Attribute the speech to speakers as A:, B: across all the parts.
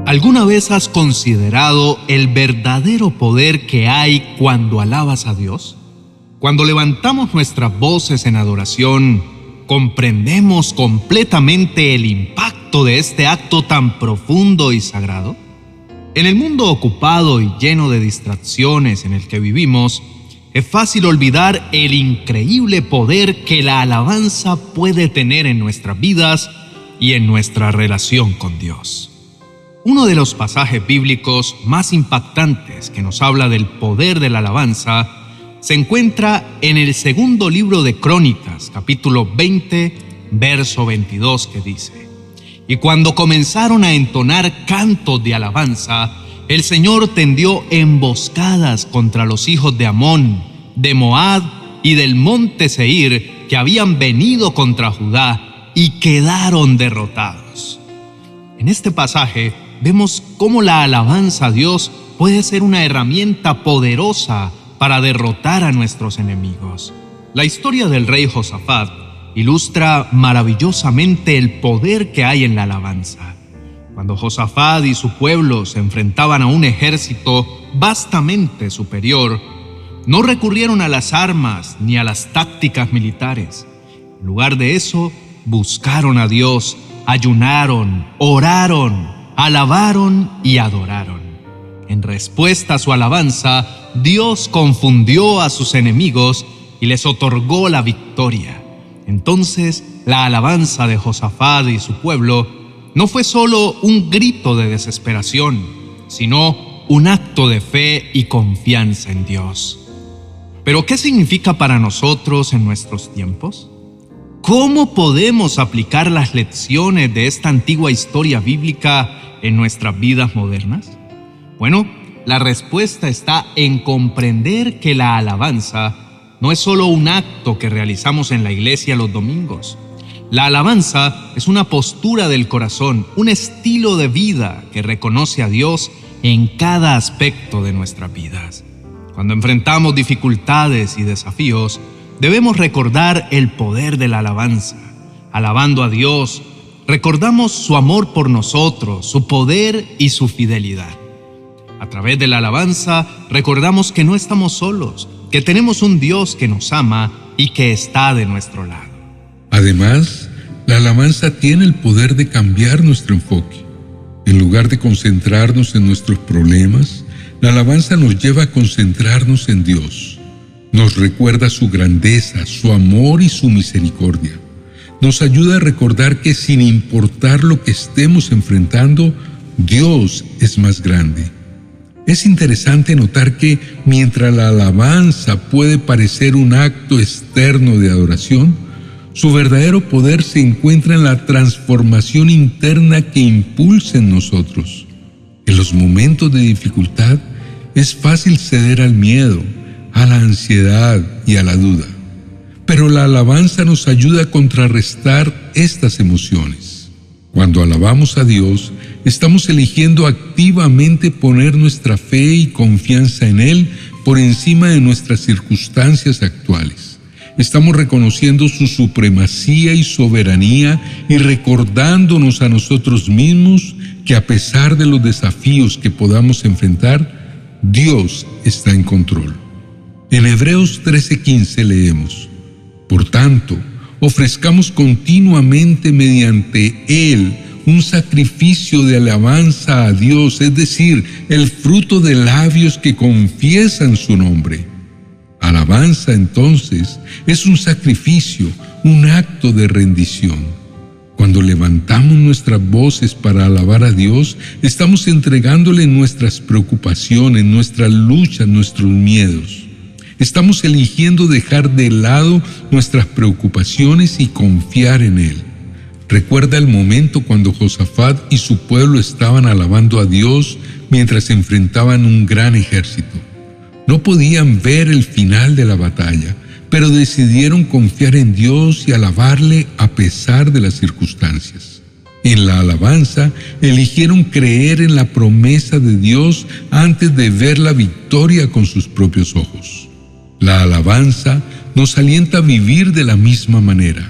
A: ¿Alguna vez has considerado el verdadero poder que hay cuando alabas a Dios? Cuando levantamos nuestras voces en adoración, ¿comprendemos completamente el impacto de este acto tan profundo y sagrado? En el mundo ocupado y lleno de distracciones en el que vivimos, es fácil olvidar el increíble poder que la alabanza puede tener en nuestras vidas y en nuestra relación con Dios. Uno de los pasajes bíblicos más impactantes que nos habla del poder de la alabanza se encuentra en el segundo libro de Crónicas, capítulo 20, verso 22, que dice: «Y cuando comenzaron a entonar cantos de alabanza, el Señor tendió emboscadas contra los hijos de Amón, de Moab y del monte Seir, que habían venido contra Judá, y quedaron derrotados». En este pasaje vemos cómo la alabanza a Dios puede ser una herramienta poderosa para derrotar a nuestros enemigos. La historia del rey Josafat ilustra maravillosamente el poder que hay en la alabanza. Cuando Josafat y su pueblo se enfrentaban a un ejército vastamente superior, no recurrieron a las armas ni a las tácticas militares. En lugar de eso, buscaron a Dios, ayunaron, oraron, alabaron y adoraron. En respuesta a su alabanza, Dios confundió a sus enemigos y les otorgó la victoria. Entonces, la alabanza de Josafat y su pueblo no fue solo un grito de desesperación, sino un acto de fe y confianza en Dios. ¿Pero qué significa para nosotros en nuestros tiempos? ¿Cómo podemos aplicar las lecciones de esta antigua historia bíblica en nuestras vidas modernas? Bueno, la respuesta está en comprender que la alabanza no es solo un acto que realizamos en la iglesia los domingos. La alabanza es una postura del corazón, un estilo de vida que reconoce a Dios en cada aspecto de nuestras vidas. Cuando enfrentamos dificultades y desafíos, debemos recordar el poder de la alabanza. Alabando a Dios, recordamos su amor por nosotros, su poder y su fidelidad. A través de la alabanza, recordamos que no estamos solos, que tenemos un Dios que nos ama y que está de nuestro lado.
B: Además, la alabanza tiene el poder de cambiar nuestro enfoque. En lugar de concentrarnos en nuestros problemas, la alabanza nos lleva a concentrarnos en Dios. Nos recuerda su grandeza, su amor y su misericordia. Nos ayuda a recordar que sin importar lo que estemos enfrentando, Dios es más grande. Es interesante notar que mientras la alabanza puede parecer un acto externo de adoración, su verdadero poder se encuentra en la transformación interna que impulsa en nosotros. En los momentos de dificultad es fácil ceder al miedo, a la ansiedad y a la duda. Pero la alabanza nos ayuda a contrarrestar estas emociones. Cuando alabamos a Dios, estamos eligiendo activamente poner nuestra fe y confianza en Él por encima de nuestras circunstancias actuales. Estamos reconociendo su supremacía y soberanía y recordándonos a nosotros mismos que a pesar de los desafíos que podamos enfrentar, Dios está en control. En Hebreos 13:15 leemos: «Por tanto, ofrezcamos continuamente mediante Él un sacrificio de alabanza a Dios, es decir, el fruto de labios que confiesan su nombre». Alabanza, entonces, es un sacrificio, un acto de rendición. Cuando levantamos nuestras voces para alabar a Dios, estamos entregándole nuestras preocupaciones, nuestras luchas, nuestros miedos. Estamos eligiendo dejar de lado nuestras preocupaciones y confiar en Él. Recuerda el momento cuando Josafat y su pueblo estaban alabando a Dios mientras enfrentaban un gran ejército. No podían ver el final de la batalla, pero decidieron confiar en Dios y alabarle a pesar de las circunstancias. En la alabanza, eligieron creer en la promesa de Dios antes de ver la victoria con sus propios ojos. La alabanza nos alienta a vivir de la misma manera.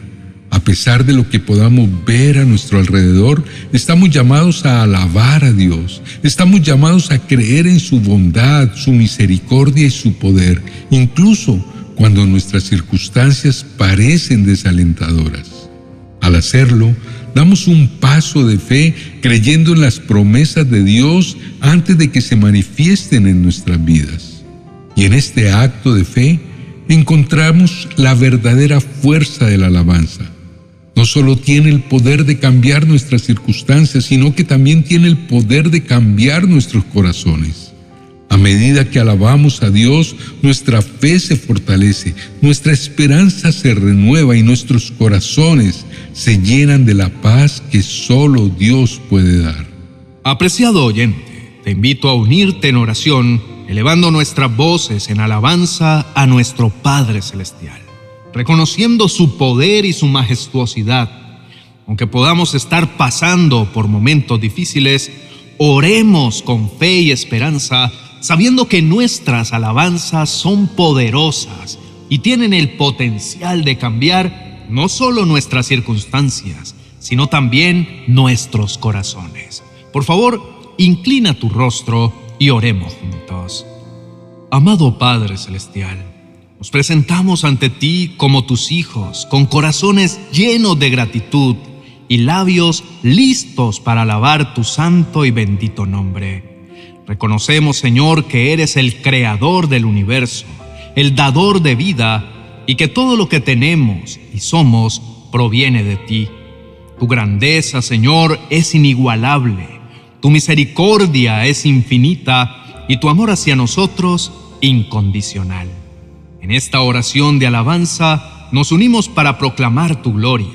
B: A pesar de lo que podamos ver a nuestro alrededor, estamos llamados a alabar a Dios. Estamos llamados a creer en su bondad, su misericordia y su poder, incluso cuando nuestras circunstancias parecen desalentadoras. Al hacerlo, damos un paso de fe creyendo en las promesas de Dios antes de que se manifiesten en nuestras vidas. Y en este acto de fe encontramos la verdadera fuerza de la alabanza. No solo tiene el poder de cambiar nuestras circunstancias, sino que también tiene el poder de cambiar nuestros corazones. A medida que alabamos a Dios, nuestra fe se fortalece, nuestra esperanza se renueva y nuestros corazones se llenan de la paz que solo Dios puede dar.
A: Apreciado oyente, te invito a unirte en oración, elevando nuestras voces en alabanza a nuestro Padre Celestial, reconociendo su poder y su majestuosidad. Aunque podamos estar pasando por momentos difíciles, oremos con fe y esperanza, sabiendo que nuestras alabanzas son poderosas y tienen el potencial de cambiar no solo nuestras circunstancias, sino también nuestros corazones. Por favor, inclina tu rostro y oremos juntos. Amado Padre Celestial, nos presentamos ante ti como tus hijos, con corazones llenos de gratitud y labios listos para alabar tu santo y bendito nombre. Reconocemos, Señor, que eres el creador del universo, el dador de vida, y que todo lo que tenemos y somos proviene de ti. Tu grandeza, Señor, es inigualable, tu misericordia es infinita y tu amor hacia nosotros incondicional. En esta oración de alabanza nos unimos para proclamar tu gloria,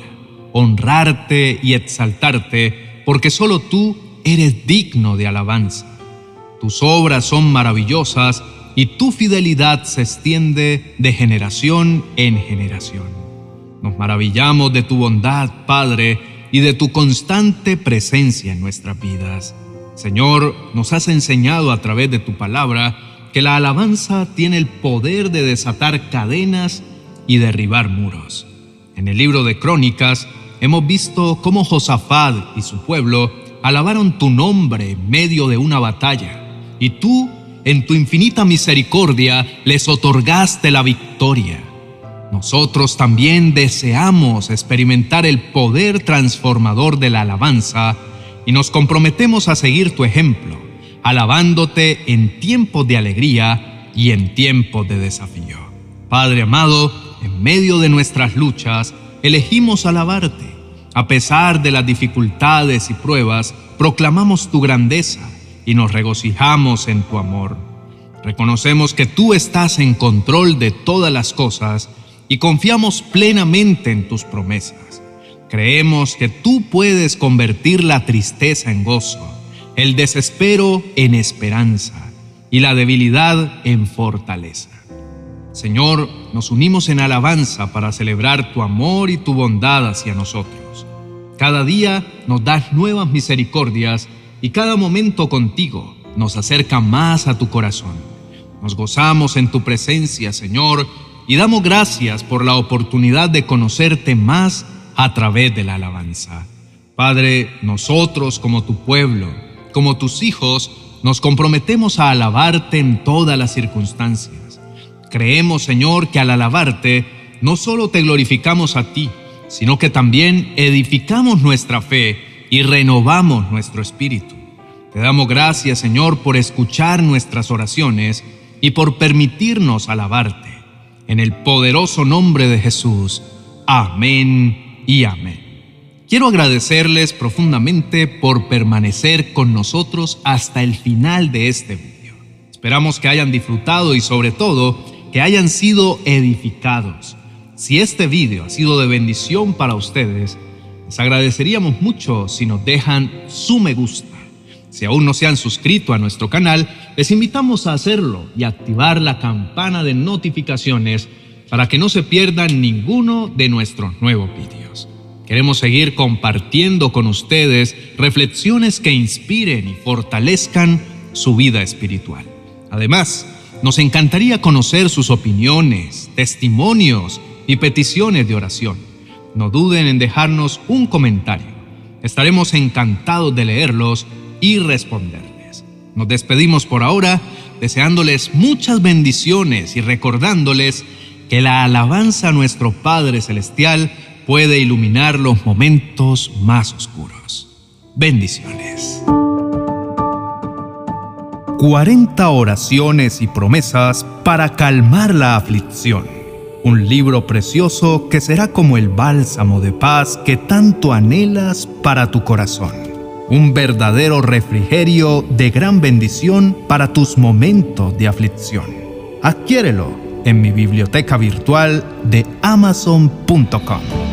A: honrarte y exaltarte, porque solo tú eres digno de alabanza. Tus obras son maravillosas y tu fidelidad se extiende de generación en generación. Nos maravillamos de tu bondad, Padre, y de tu constante presencia en nuestras vidas. Señor, nos has enseñado a través de tu palabra que la alabanza tiene el poder de desatar cadenas y derribar muros. En el libro de Crónicas hemos visto cómo Josafat y su pueblo alabaron tu nombre en medio de una batalla, y tú, en tu infinita misericordia, les otorgaste la victoria. Nosotros también deseamos experimentar el poder transformador de la alabanza y nos comprometemos a seguir tu ejemplo, alabándote en tiempos de alegría y en tiempos de desafío. Padre amado, en medio de nuestras luchas, elegimos alabarte. A pesar de las dificultades y pruebas, proclamamos tu grandeza y nos regocijamos en tu amor. Reconocemos que tú estás en control de todas las cosas y confiamos plenamente en tus promesas. Creemos que tú puedes convertir la tristeza en gozo, el desespero en esperanza y la debilidad en fortaleza. Señor, nos unimos en alabanza para celebrar tu amor y tu bondad hacia nosotros. Cada día nos das nuevas misericordias y cada momento contigo nos acerca más a tu corazón. Nos gozamos en tu presencia, Señor, y damos gracias por la oportunidad de conocerte más a través de la alabanza. Padre, nosotros como tu pueblo, como tus hijos, nos comprometemos a alabarte en todas las circunstancias. Creemos, Señor, que al alabarte no solo te glorificamos a ti, sino que también edificamos nuestra fe y renovamos nuestro espíritu. Te damos gracias, Señor, por escuchar nuestras oraciones y por permitirnos alabarte. En el poderoso nombre de Jesús. Amén y amén. Quiero agradecerles profundamente por permanecer con nosotros hasta el final de este video. Esperamos que hayan disfrutado y sobre todo que hayan sido edificados. Si este video ha sido de bendición para ustedes, les agradeceríamos mucho si nos dejan su me gusta. Si aún no se han suscrito a nuestro canal, les invitamos a hacerlo y activar la campana de notificaciones para que no se pierdan ninguno de nuestros nuevos videos. Queremos seguir compartiendo con ustedes reflexiones que inspiren y fortalezcan su vida espiritual. Además, nos encantaría conocer sus opiniones, testimonios y peticiones de oración. No duden en dejarnos un comentario. Estaremos encantados de leerlos y responderles. Nos despedimos por ahora, deseándoles muchas bendiciones y recordándoles que la alabanza a nuestro Padre Celestial puede iluminar los momentos más oscuros. Bendiciones. 40 oraciones y promesas para calmar la aflicción. Un libro precioso que será como el bálsamo de paz que tanto anhelas para tu corazón. Un verdadero refrigerio de gran bendición para tus momentos de aflicción. Adquiérelo en mi biblioteca virtual de Amazon.com.